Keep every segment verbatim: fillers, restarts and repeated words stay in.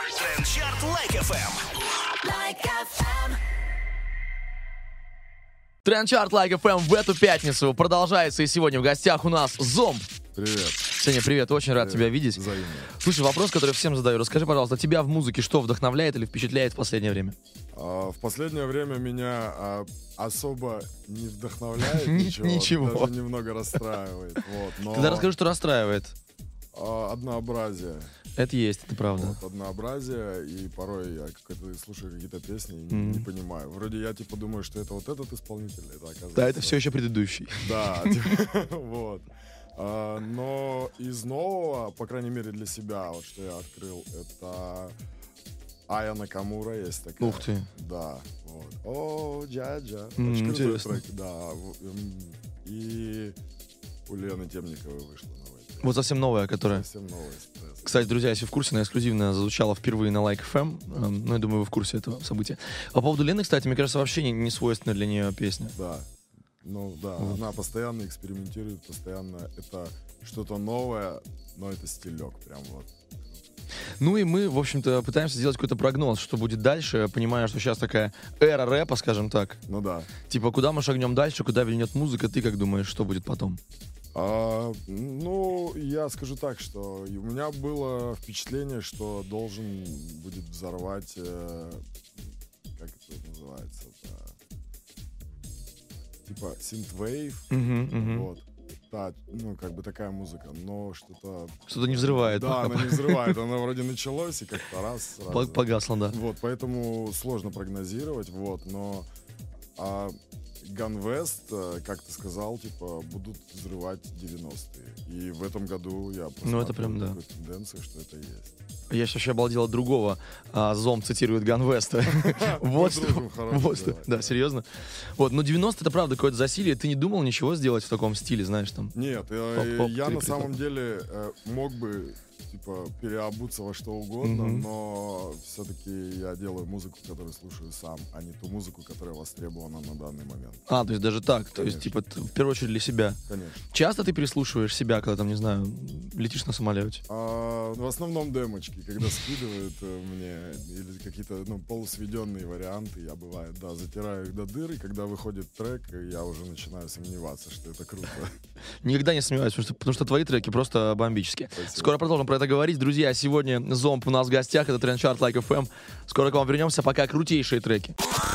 Трендчарт Лайк эф эм. Like эф эм. Трендчарт Лайк эф эм в эту пятницу продолжается, и сегодня в гостях у нас Зомб. Привет. Сеня, привет, очень рад Привет. тебя видеть. Взаимно. Слушай, вопрос, который всем задаю. Расскажи, пожалуйста, тебя в музыке что вдохновляет или впечатляет в последнее время? А, в последнее время меня а, особо не вдохновляет Ни- ничего. ничего. Даже немного расстраивает. Вот, но Тогда расскажи, что расстраивает. а, однообразие. Это есть, это правда. Вот, однообразие, и порой я как-то слушаю какие-то песни и не, Мгм. не понимаю. Вроде я типа думаю, что это вот этот исполнитель, это оказывается... Да, это все еще предыдущий. Да, типа, вот. А, но из нового, по крайней мере для себя, вот что я открыл, это Ая Накамура есть такая. Ух ты. Да, вот. О, Джаджа. М, Очень крутой интересно. трек, да. В- м, И у Лены Темниковой вышла новая песня. Вот совсем новая, которая... Совсем новая «Эспрессо». Кстати, друзья, если в курсе, она эксклюзивно зазвучала впервые на Лайк эф эм. Эм, Ну, я думаю, вы в курсе этого события. По поводу Лены, кстати, мне кажется, вообще не, не свойственна для нее песня. Да. Ну да, Вот. она постоянно экспериментирует, постоянно это что-то новое, но это стилек прям вот. Ну и мы, в общем-то, пытаемся сделать какой-то прогноз, что будет дальше, понимая, что сейчас такая эра рэпа, скажем так. Ну да. Типа, куда мы шагнем дальше, куда вильнет музыка, ты как думаешь, что будет потом? А, ну, я скажу так, что и у меня было впечатление, что должен будет взорвать, э, как это называется, типа синтвейв, вот. Да, ну, как бы такая музыка, но что-то... Что-то не взрывает. Да, пока она не взрывает, она вроде началась и как-то раз, по- сразу. Погасло, да. Вот, поэтому сложно прогнозировать, вот, но а, Ганвест, э, как ты сказал, типа, будут взрывать девяностые. И в этом году я Ну, это прям, просматриваю да. такую тенденцию, что это есть. Я сейчас вообще обалдел от другого. А, Зом цитирует Ганвеста. Вот что. дружим, хорошо, Вот что. давай, Да, давай. серьезно. Вот, ну девяностые это правда какое-то засилие. Ты не думал ничего сделать в таком стиле, знаешь, там? Нет, э, Хоп-хоп, я на три-три-хоп. самом деле э, мог бы типа переобуться во что угодно, Мгм. но все-таки я делаю музыку, которую слушаю сам, а не ту музыку, которая востребована на данный момент. А, то есть даже так. То есть, Конечно. типа, т- в первую очередь для себя. Конечно. Часто ты переслушиваешь себя, когда там, не знаю, летишь на самолете? А, в основном демочки, когда скидывают э, мне или какие-то ну, полусведенные варианты, я бывает, да, затираю их до дыр, и когда выходит трек, я уже начинаю сомневаться, что это круто. Никогда не сомневаюсь, потому что, потому что твои треки просто бомбические. Спасибо. Скоро продолжим про это говорить. Друзья, сегодня Зомб у нас в гостях. Это Трендчарт Лайк эф эм. Скоро к вам вернемся. Пока крутейшие треки.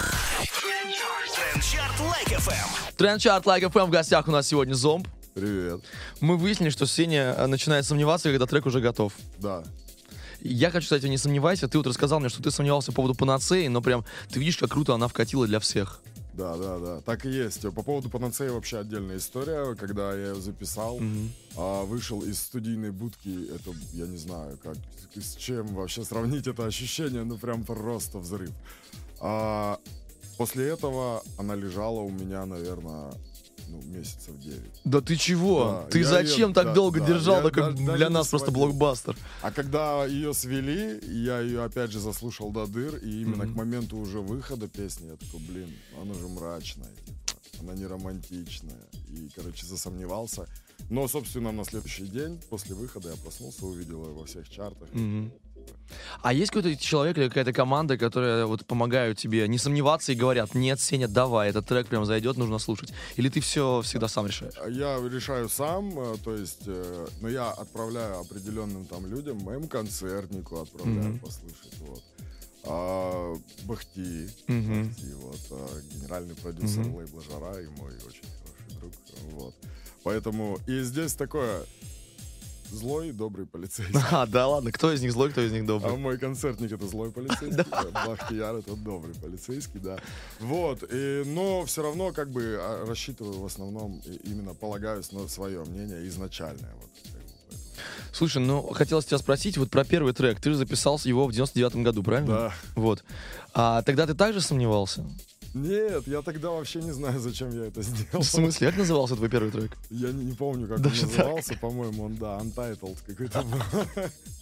Трендчарт Лайк эф эм. Трендчарт Лайк эф эм в гостях у нас сегодня Зомб. Привет. Мы выяснили, что Сеня э, начинает сомневаться, когда трек уже готов. Да. Я хочу, кстати, не сомневайся. Ты вот рассказал мне, что ты сомневался по поводу панацеи, но прям ты видишь, как круто она вкатила для всех. Да, да, да, так и есть. По поводу панацеи вообще отдельная история. Когда я ее записал, а, вышел из студийной будки, это, я не знаю, как, с чем вообще сравнить это ощущение, ну прям просто взрыв. А, после этого она лежала у меня, наверное, ну, месяцев девять. Да ты чего? Да, ты я зачем её- так да, долго да, держал? я Такой да- для даже нас не просто сводил. блокбастер. А когда ее свели, я ее опять же заслушал до дыр, и именно Мгм. к моменту уже выхода песни я такой, блин, она же мрачная, типа, она не романтичная. И, короче, засомневался. Но, собственно, на следующий день после выхода я проснулся, увидел ее во всех чартах. Мгм. А есть какой-то человек или какая-то команда, которая вот помогают тебе не сомневаться и говорят: нет, Сеня, давай, этот трек прям зайдет, нужно слушать? Или ты все всегда сам решаешь? Я решаю сам, э, то есть, э, но я отправляю определенным там людям, моему концертнику отправляю Мгм. послушать, вот. А, Бахти, Мгм. Бахти, вот, а, генеральный продюсер Мгм. лейбла «Жара» и мой очень хороший друг, вот. Поэтому, и здесь такое злой и добрый полицейский. А, да ладно, кто из них злой, кто из них А добрый? мой концертник — это злой полицейский, а Бахтияр — это добрый полицейский, да. Вот, и, но все равно как бы а, рассчитываю в основном, и- именно полагаюсь на свое мнение изначальное. Вот, как бы, поэтому. Слушай, ну, хотелось тебя спросить вот про первый трек. Ты же записал его в девяносто девятом году, правильно? Да. Вот. А тогда ты также сомневался? Нет, я тогда вообще не знаю, зачем я это сделал. В смысле, как назывался твой первый трек? Я не, не помню, как Даже он так? назывался, по-моему, он, да, Untitled какой-то был.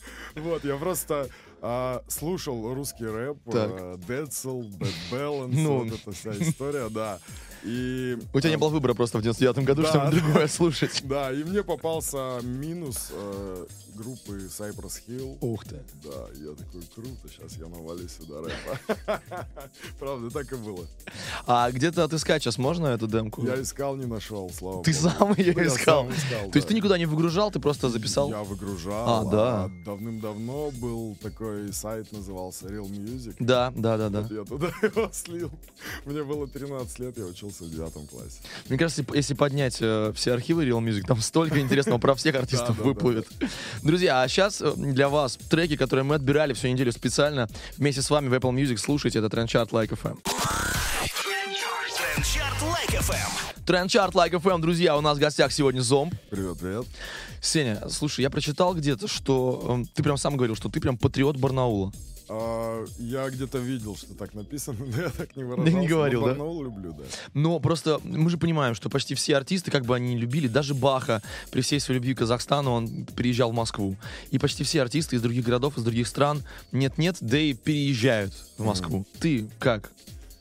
Вот, я просто а, слушал русский рэп, а, Децл, Bad Balance, Ну. вот эта вся история, да. И, У тебя не а, было выбора просто в девяносто девятом году, Да, чтобы да. другое слушать. Да, и мне попался минус э, группы Cypress Hill. Ух ты. Да, я такой, круто, сейчас я навалю сюда рэпа. Правда, так и было. А где-то отыскать сейчас можно эту демку? Я искал, не нашел, слава Ты богу. сам ее Я искал? сам искал, То есть да. ты никуда не выгружал, ты просто записал? Я выгружал. А, да. а давным-давно был такой сайт, назывался Real Music. Да, да, да, да. Вот я туда его слил. Мне было тринадцать лет, я учился в девятом классе. Мне кажется, если- если поднять э, все архивы Real Music, там столько интересного про всех артистов Да, да, выплывет. Друзья, а сейчас для вас треки, которые мы отбирали всю неделю специально вместе с вами в Apple Music. Слушайте, это Трендчарт Like эф эм. Трендчарт Лайк эф эм. Трендчарт Like эф эм, друзья, у нас в гостях сегодня Зомб. Привет, привет. Сеня, слушай, я прочитал где-то, что э, ты прям сам говорил, что ты прям патриот Барнаула. А, я где-то видел, что так написано, но я так не выражался. не говорил, но да? Барнаул люблю, да. Но просто мы же понимаем, что почти все артисты, как бы они любили, даже Баха, при всей своей любви к Казахстану, он переезжал в Москву. И почти все артисты из других городов, из других стран, нет-нет, да и переезжают в Москву. Ты как?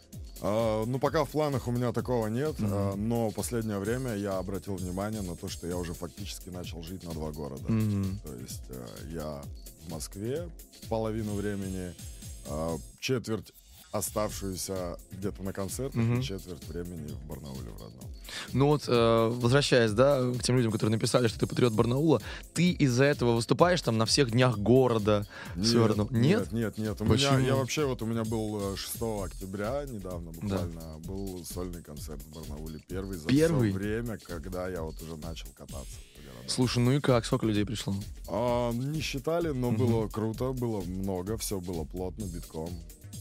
А, ну, пока в планах у меня такого нет, а, но последнее время я обратил внимание на то, что я уже фактически начал жить на два города. Мгм. То есть а, я в Москве половину времени, а, четверть оставшуюся где-то на концертах, Мгм. и четверть времени в Барнауле в родном. Ну вот, э, возвращаясь, да, к тем людям, которые написали, что ты патриот Барнаула, ты из-за этого выступаешь там на всех днях города? Всё равно. Нет? Нет, нет, нет. У Почему? меня, я вообще, вот у меня был э, шестого октября недавно буквально, был сольный концерт в Барнауле. Первый за Первый? все время, когда я вот уже начал кататься по городам. Слушай, ну и как? Сколько людей пришло? А, не считали, но Мгм. было круто, было много, все было плотно, битком.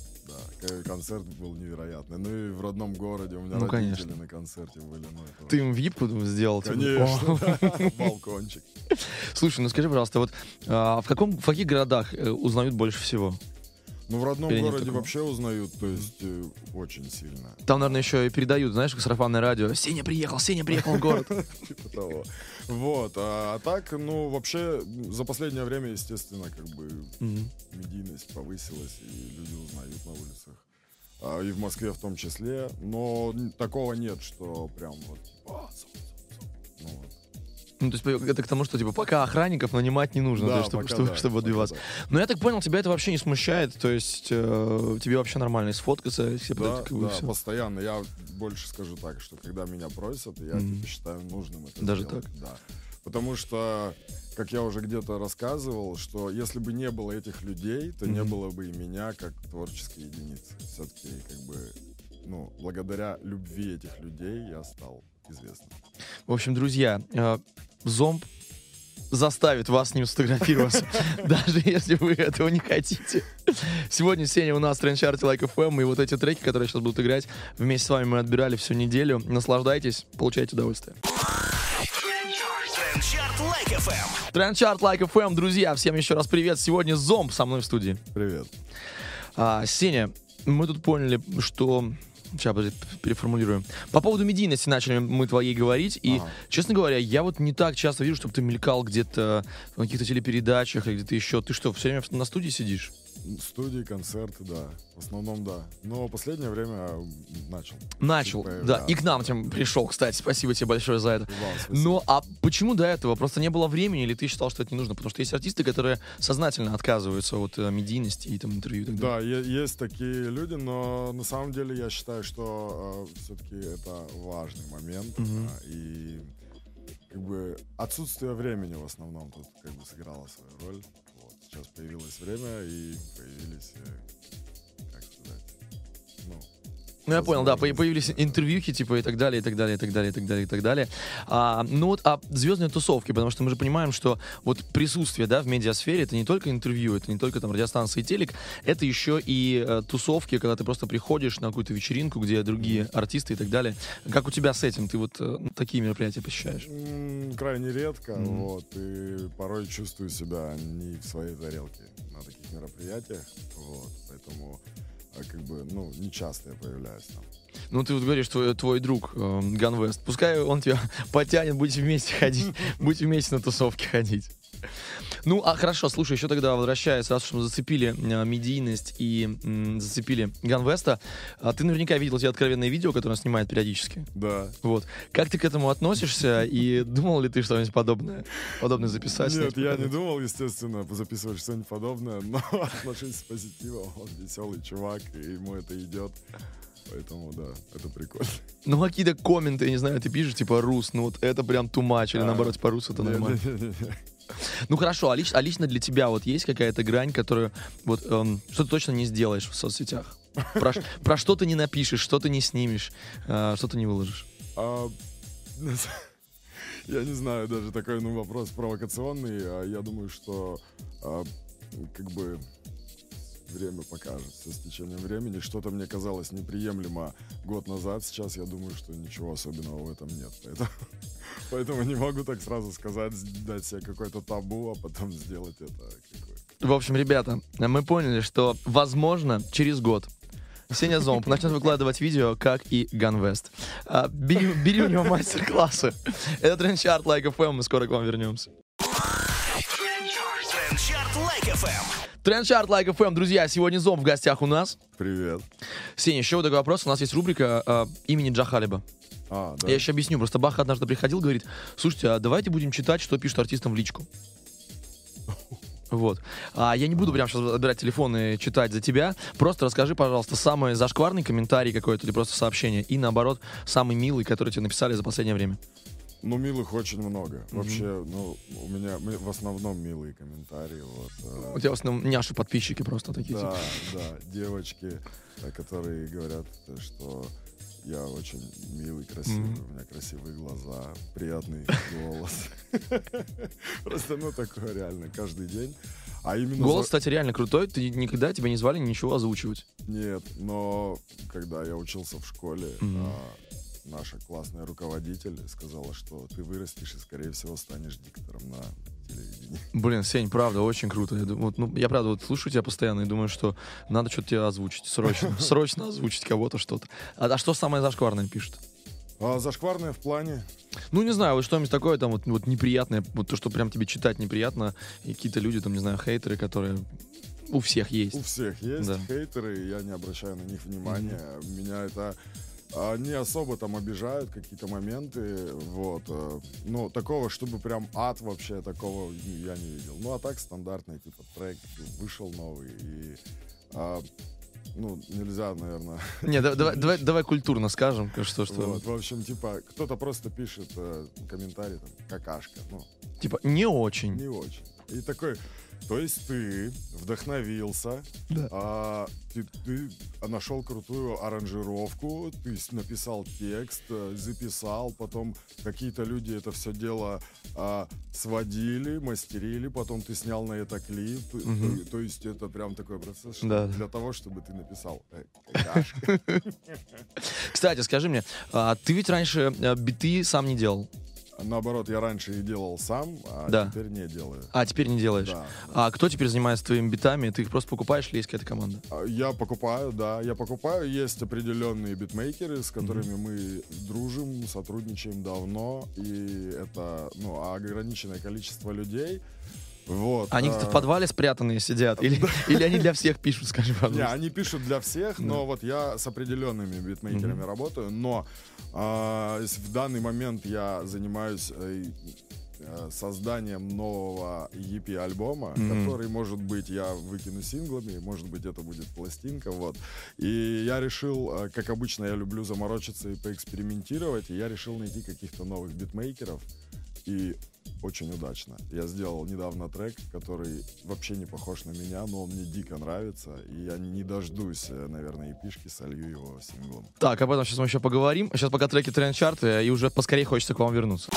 Да, к- концерт был невероятный. Ну и в родном городе у меня Ну, родители конечно. на концерте были. Ну, это Ты им випку сделал? типа? Конечно, О. да, балкончик. Слушай, ну скажи, пожалуйста, вот а, в, каком, в каких городах э, узнают больше всего? Ну, в родном Или нет городе такого? вообще узнают, то есть э, очень сильно. Там, наверное, еще и передают, знаешь, как сарафанное радио. Сеня приехал, Сеня приехал в город. Типа того. Вот, а, а так, ну, вообще, за последнее время, естественно, как бы Мгм. медийность повысилась, и люди узнают на улицах. А, и в Москве в том числе. Но н- такого нет, что прям вот... «А, Зом, Зом, Зом». Ну, вот. Ну, то есть это к тому, что, типа, пока охранников нанимать не нужно, Да, то есть, чтобы, пока чтобы, да, чтобы пока отбиваться. да. Но я так понял, тебя это вообще не смущает, то есть э, тебе вообще нормально и сфоткаться, и все Да, подойти, как бы, да, всё. постоянно. Я больше скажу так, что когда меня просят, я Мгм. типа, считаю нужным это Даже сделать. так? Да. Потому что, как я уже где-то рассказывал, что если бы не было этих людей, то не Мгм. было бы и меня как творческой единицы. Все-таки, как бы, ну, благодаря любви этих людей я стал известным. В общем, друзья, э, Зомб заставит вас с ним сфотографироваться, даже если вы этого не хотите. Сегодня Сеня у нас в Трендчарте Like эф эм, и вот эти треки, которые сейчас будут играть, вместе с вами мы отбирали всю неделю. Наслаждайтесь, получайте удовольствие. Трендчарт Лайк эф эм. Трендчарт Like эф эм, друзья, всем еще раз привет. Сегодня Зомб со мной в студии. Привет. А, Сеня, мы тут поняли, что... Сейчас, подожди, переформулируем. По поводу медийности начали мы твоей говорить, и, Ага. честно говоря, я вот не так часто вижу, чтобы ты мелькал где-то в каких-то телепередачах или где-то еще. Ты что, все время на студии сидишь? Студии, концерты, да. В основном, да. Но последнее время начал. Начал, Чуть да. И к появляться. нам тем пришел, кстати. Спасибо тебе большое за это. И вам спасибо. Но а почему до этого? Просто не было времени, или ты считал, что это не нужно? Потому что есть артисты, которые сознательно отказываются от э, медийности и там интервью и так далее. Да, е- есть такие люди, но на самом деле я считаю, что э, все-таки это важный момент. Мгм. а, и как бы отсутствие времени в основном тут как бы сыграло свою роль. Вот. Сейчас появилось время и появились, э, как сказать, ну, Ну, я понял, да, по- возможности, появились да. интервьюхи, типа, и так далее, и так далее, и так далее, и так далее, и так далее. А, ну вот, а звездные тусовки, потому что мы же понимаем, что вот присутствие, да, в медиасфере, это не только интервью, это не только там радиостанции и телек, это еще и э, тусовки, когда ты просто приходишь на какую-то вечеринку, где другие артисты и так далее. Как у тебя с этим? Ты вот э, такие мероприятия посещаешь? М, крайне редко, Мгм. вот, и порой чувствую себя не в своей тарелке на таких мероприятиях, вот, поэтому, а, как бы, ну, не часто я появляюсь там. Ну, ты вот говоришь, твой, твой друг э, Ганвест, пускай он тебя потянет, будете вместе ходить, будете вместе на тусовки ходить. Ну, а хорошо, слушай, еще тогда возвращаясь, раз уж мы зацепили э, медийность и м, зацепили Ганвеста, а ты наверняка видел те откровенные видео, которые он снимает периодически. Да. Вот. Как ты к этому относишься и думал ли ты что-нибудь подобное, подобное записать? Нет, снять, я не показать? думал, естественно, записывать что-нибудь подобное, но отношусь с позитивом, он веселый чувак, и ему это идет. Поэтому, да, это прикольно. Ну, какие-то комменты, я не знаю, ты пишешь, типа, Рус, ну вот это прям too much, или А, наоборот, по Русу это Не, нормально. не, не, не. Ну хорошо, а, лич- а лично для тебя вот есть какая-то грань, которую вот эм, что ты точно не сделаешь в соцсетях? Про, ш- про что ты не напишешь, что ты не снимешь, э, что ты не выложишь? А, Я не знаю, даже такой, ну, вопрос провокационный. А Я думаю, что а, как бы время покажет со стечением времени. Что-то мне казалось неприемлемо год назад. Сейчас я думаю, что ничего особенного в этом нет. Поэтому, поэтому не могу так сразу сказать, дать себе какой-то табу, а потом сделать это. какое- В общем, ребята, мы поняли, что, возможно, через год Сеня Зомб начнет выкладывать видео, как и Ганвест. А, бери, бери у него мастер-классы. Это Трендчарт Лайк эф эм, мы скоро к вам вернемся. Трендчарт Лайк эф эм. Трендчарт Лайк эф эм, друзья, сегодня Зомб в гостях у нас. Привет. Сеня, еще вот такой вопрос. У нас есть рубрика а, имени Джа Халиба. А, да. Я еще объясню. Просто Бах однажды приходил, говорит, слушайте, а давайте будем читать, что пишут артистам в личку. Вот. А я не буду прямо сейчас отбирать телефон и читать за тебя. Просто расскажи, пожалуйста, самый зашкварный комментарий какой-то или просто сообщение. И наоборот, самый милый, который тебе написали за последнее время. Ну, милых очень много. Вообще, ну, у меня м- в основном милые комментарии. Вот, э, У тебя в основном няши подписчики просто такие. Да, типа. да, девочки, э, которые говорят, э, что я очень милый, красивый, Мгм. у меня красивые глаза, приятный голос. Просто, ну, такое реально каждый день. А именно... Голос, за- кстати, реально крутой. Ты никогда тебя не звали ничего озвучивать. Нет, но когда я учился в школе, Мгм. а, наша классная руководитель сказала, что ты вырастешь и, скорее всего, станешь диктором на телевидении. Блин, Сень, правда, очень круто. Я, дум- вот, ну, я правда вот слушаю тебя постоянно и думаю, что надо что-то тебе озвучить. Срочно. Срочно озвучить кого-то что-то. А, а что самое зашкварное пишут? А зашкварное в плане... Ну, не знаю, вот что-нибудь такое там вот, вот неприятное, вот то, что прям тебе читать неприятно, и какие-то люди, там, не знаю, хейтеры, которые у всех есть. У всех есть Да. хейтеры, я не обращаю на них внимания. Меня это а, не особо там обижают какие-то моменты, вот. э, Ну, такого, чтобы прям ад вообще, такого я не видел. Ну, а так стандартный, типа, трек вышел новый, и, а, ну, нельзя, наверное. Не, да- давай, давай, давай культурно скажем, что, что, Вот, в общем, типа, кто-то просто пишет э, комментарий, там, какашка, ну, типа, не очень. не очень. И такой, то есть ты вдохновился, Да. а, ты, ты нашел крутую аранжировку, ты с- написал текст, э, записал, потом какие-то люди это все дело а, сводили, мастерили, потом ты снял на это клип. Мгм. То, то есть это прям такой процесс, что Да. для того, чтобы ты написал э, какашка. Кстати, скажи мне, а ты ведь раньше э, биты сам не делал, Наоборот, я раньше и делал сам, а Да. теперь не делаю. а теперь не делаешь. Да. А кто теперь занимается твоими битами? Ты их просто покупаешь или есть какая-то команда? А, Я покупаю, да, я покупаю. Есть определенные битмейкеры, с которыми мы дружим, сотрудничаем давно, и это, ну, ограниченное количество людей. Вот. Они а, где-то в подвале спрятанные сидят? Или, или они для всех пишут, скажи, Не, пожалуйста? они пишут для всех, но вот я с определенными битмейкерами работаю, но а, с- в данный момент я занимаюсь э, э, созданием нового и пи-альбома, Мгм. который, может быть, я выкину синглами, может быть, это будет пластинка, вот. И я решил, э, как обычно, я люблю заморочиться и поэкспериментировать, и я решил найти каких-то новых битмейкеров, и очень удачно. Я сделал недавно трек, который вообще не похож на меня, но он мне дико нравится, и я не дождусь, э, наверное, эпишки, солью его синглом. Так, об этом сейчас мы еще поговорим. Сейчас пока треки тренд-чарты, и уже поскорее хочется к вам вернуться.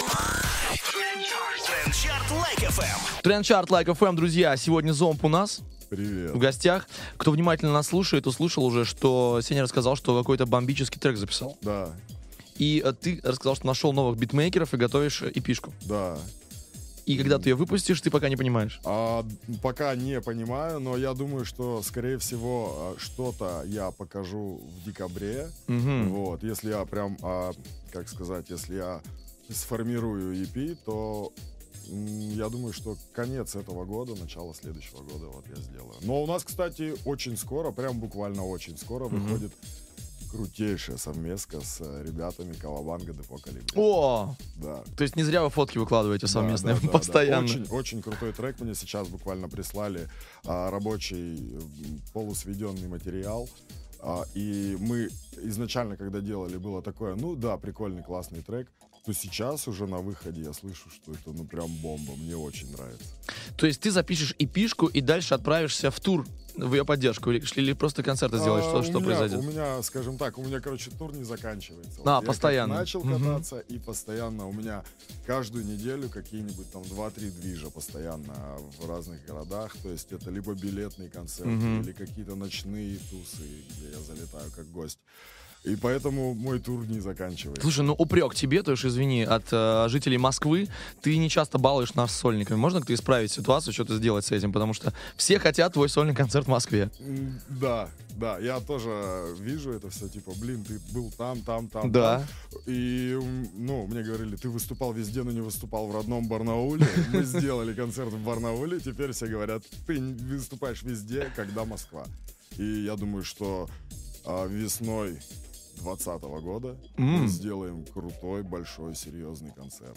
Трендчарт Лайк эф эм. Тренд-чарт Лайк эф эм, друзья, сегодня Зомб у нас Привет. в гостях. Кто внимательно нас слушает, услышал уже, что Сеня рассказал, что какой-то бомбический трек записал. Да, И э, ты рассказал, что нашел новых битмейкеров и готовишь э, эпишку. да. И когда ты ее выпустишь, ты пока не понимаешь. А, пока не понимаю, но я думаю, что, скорее всего, а, что-то я покажу в декабре. Мгм. Вот, если я прям, а, как сказать, если я сформирую и пи, то м, я думаю, что конец этого года, начало следующего года вот я сделаю. Но у нас, кстати, очень скоро, прям буквально очень скоро Мгм. выходит крутейшая совместка с э, ребятами Кавабанга Депо Колибри. О, Да. то есть не зря вы фотки выкладываете Да, совместные да, да, да. постоянно. Очень, очень крутой трек. Мне сейчас буквально прислали а, рабочий м, полусведенный материал. А, и мы изначально, когда делали, было такое, ну да, прикольный, классный трек. То сейчас уже на выходе я слышу, что это ну прям бомба. Мне очень нравится. То есть ты запишешь эпишку и дальше отправишься в тур в ее поддержку? Или, или просто концерты сделаешь? А, Что, у что меня, произойдет? У меня, скажем так, у меня, короче, тур не заканчивается. А, Вот я постоянно. как начал Мгм. кататься, и постоянно у меня каждую неделю какие-нибудь там два-три движа постоянно в разных городах. То есть это либо билетные концерты, Мгм. или какие-то ночные тусы, где я залетаю как гость. И поэтому мой тур не заканчивается. Слушай, ну упрек тебе, то уж извини, от э, жителей Москвы. Ты не часто балуешь нас сольниками. Можно как-то исправить ситуацию, что-то сделать с этим? Потому что все хотят твой сольный концерт в Москве. М, Да, да, я тоже вижу это все, типа, блин, ты был там, там, там, Да. там. И, м, ну, мне говорили, ты выступал везде, но не выступал в родном Барнауле. Мы сделали концерт в Барнауле, теперь все говорят, ты не выступаешь везде, когда Москва. И я думаю, что а, весной двадцатого года мы М. сделаем крутой, большой, серьезный концерт.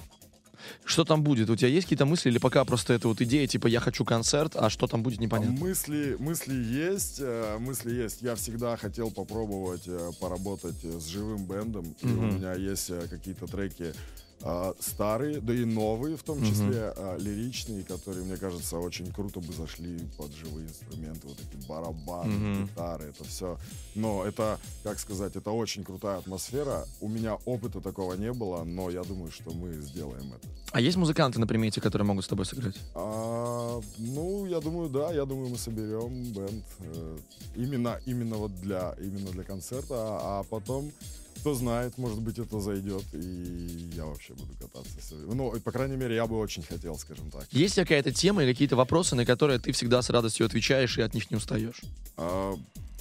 Что там будет? У тебя есть какие-то мысли или пока просто это вот идея, типа я хочу концерт, а что там будет, А непонятно? Мысли, мысли есть, э, мысли есть. Я всегда хотел попробовать э, поработать э, с живым бэндом. И у Мгм. меня есть э, какие-то треки э, старые, да и новые, в том Мгм. числе э, лиричные, которые, мне кажется, очень круто бы зашли под живые инструменты, вот эти барабаны, Мгм. гитары, это все. Но это, как сказать, это очень крутая атмосфера. У меня опыта такого не было, но я думаю, что мы сделаем это. А есть музыканты на примете, которые могут с тобой сыграть? А, ну, я думаю, да, я думаю, мы соберем бэнд э, именно, именно вот для, именно для концерта, а, а потом, кто знает, может быть, это зайдет, и я вообще буду кататься. всё время. Ну, и, по крайней мере, я бы очень хотел, скажем так. Есть какая-то тема и какие-то вопросы, на которые ты всегда с радостью отвечаешь и от них не устаешь? А,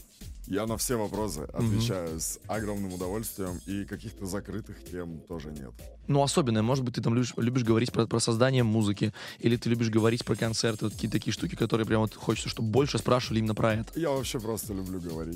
я на все вопросы Мгм. отвечаю с огромным удовольствием, и каких-то закрытых тем тоже нет. Ну, особенное, может быть, ты там любишь, любишь говорить про, про создание музыки, или ты любишь говорить про концерты, вот какие-то такие штуки, которые прям вот хочется, чтобы больше спрашивали именно про это. Я вообще просто люблю говорить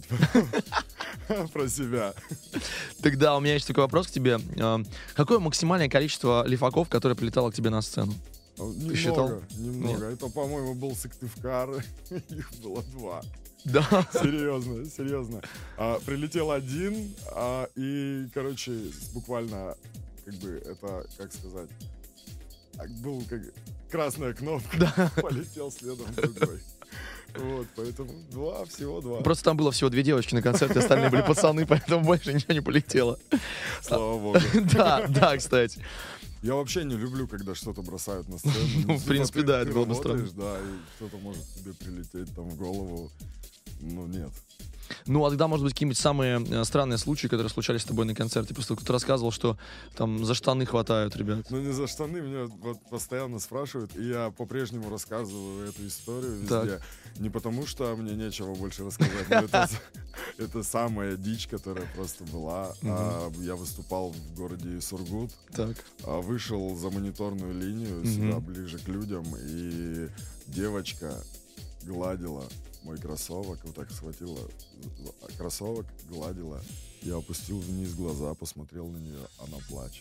про себя. Тогда у меня есть такой вопрос к тебе. Э, Какое максимальное количество лифаков, которое прилетало к тебе на сцену? Немного, считал? немного. Это, по-моему, был Сыктывкар, их было два. Да. Серьезно, серьезно. А, прилетел один, а, и, короче, с- буквально, как бы, это, как сказать, так, был как красная кнопка, полетел следом другой. Вот, поэтому два, всего два. Просто там было всего две девочки на концерте, остальные были пацаны, поэтому больше ничего не полетело. Слава богу. Да, да, кстати. Я вообще не люблю, когда что-то бросают на сцену. Ну, в Типа, принципе, ты- да, ты это было бы работаешь, да, и кто-то может тебе прилететь там в голову. Ну, нет. Ну, а тогда, может быть, какие-нибудь самые э, странные случаи, которые случались с тобой на концерте? Просто кто-то рассказывал, что там за штаны хватают, ребят. Ну, не за штаны, меня вот постоянно спрашивают, и я по-прежнему рассказываю эту историю везде. Так. Не потому, что мне нечего больше рассказать, но это, это самая дичь, которая просто была. А, я выступал в городе Сургут, Так. а, вышел за мониторную линию, Мгм. сюда ближе к людям, и девочка гладила мой кроссовок, вот так схватила за- кроссовок, гладила. Я опустил вниз глаза, посмотрел на нее, она плачет.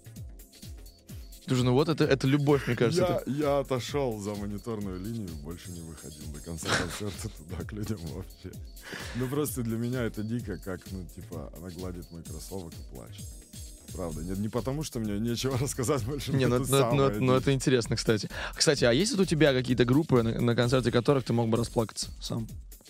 Слушай, ну вот это, это любовь, мне кажется. Я, это- я отошел за мониторную линию, больше не выходил до конца концерта туда к людям вообще. Ну просто для меня это дико, как, ну типа, она гладит мой кроссовок и плачет. Правда, не, не потому, что мне нечего рассказать больше. Не, но ну, это это, ну, самое это- ну, это интересно, кстати. Кстати, а есть вот у тебя какие-то группы, на, на концерте которых ты мог бы расплакаться сам?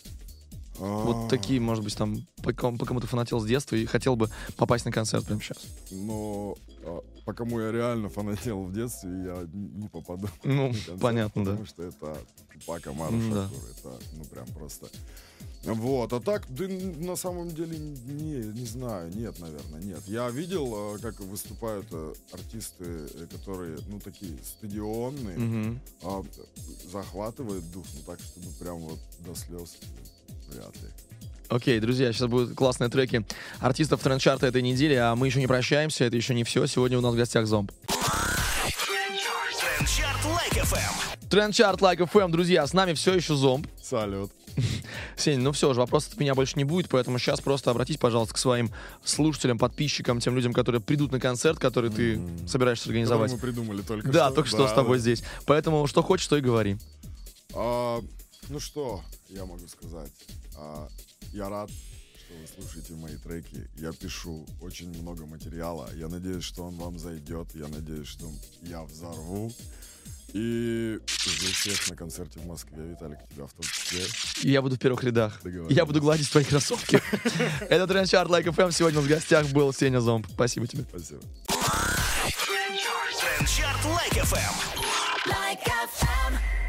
А, Вот такие, может быть, там, по кому, по кому ты фанател с детства и хотел бы попасть на концерт прямо сейчас. Но а, по кому я реально фанател в детстве, я не попаду. Ну, на концерт, понятно, да. Потому что это Тупак Амару М, да. Шакур, это, ну, прям просто... Вот, а так, да, н- на самом деле, не, не знаю, нет, наверное, нет. Я видел, э, как выступают э, артисты, э, которые, ну, такие стадионные, Мгм. а, захватывает дух, ну, так, чтобы прям вот до слез, вряд ли. Окей, друзья, сейчас будут классные треки артистов тренд-чарта этой недели, а мы еще не прощаемся, это еще не все. Сегодня у нас в гостях Зомб. Трендчарт эф эм. Трендчарт Like эф эм, друзья, с нами все еще Зомб. Салют. Сень, ну все же, вопросов от меня больше не будет, поэтому сейчас просто обратись, пожалуйста, к своим слушателям, подписчикам, тем людям, которые придут на концерт, который ты М. собираешься Который организовать. мы придумали только Да, что. только что с тобой здесь. Поэтому что хочешь, то и говори. А, ну что, я могу сказать. А, я рад, что вы слушаете мои треки. Я пишу очень много материала. Я надеюсь, что он вам зайдет. Я надеюсь, что я взорву. И жду всех на концерте в Москве. Виталик, тебя в том числе. И я буду в первых рядах. Договорились. Я буду гладить твои кроссовки. Это Трендчарт Like эф эм. Сегодня в гостях был Сеня Зомб. Спасибо тебе. Спасибо. Трендчарт Like эф эм. Like эф эм.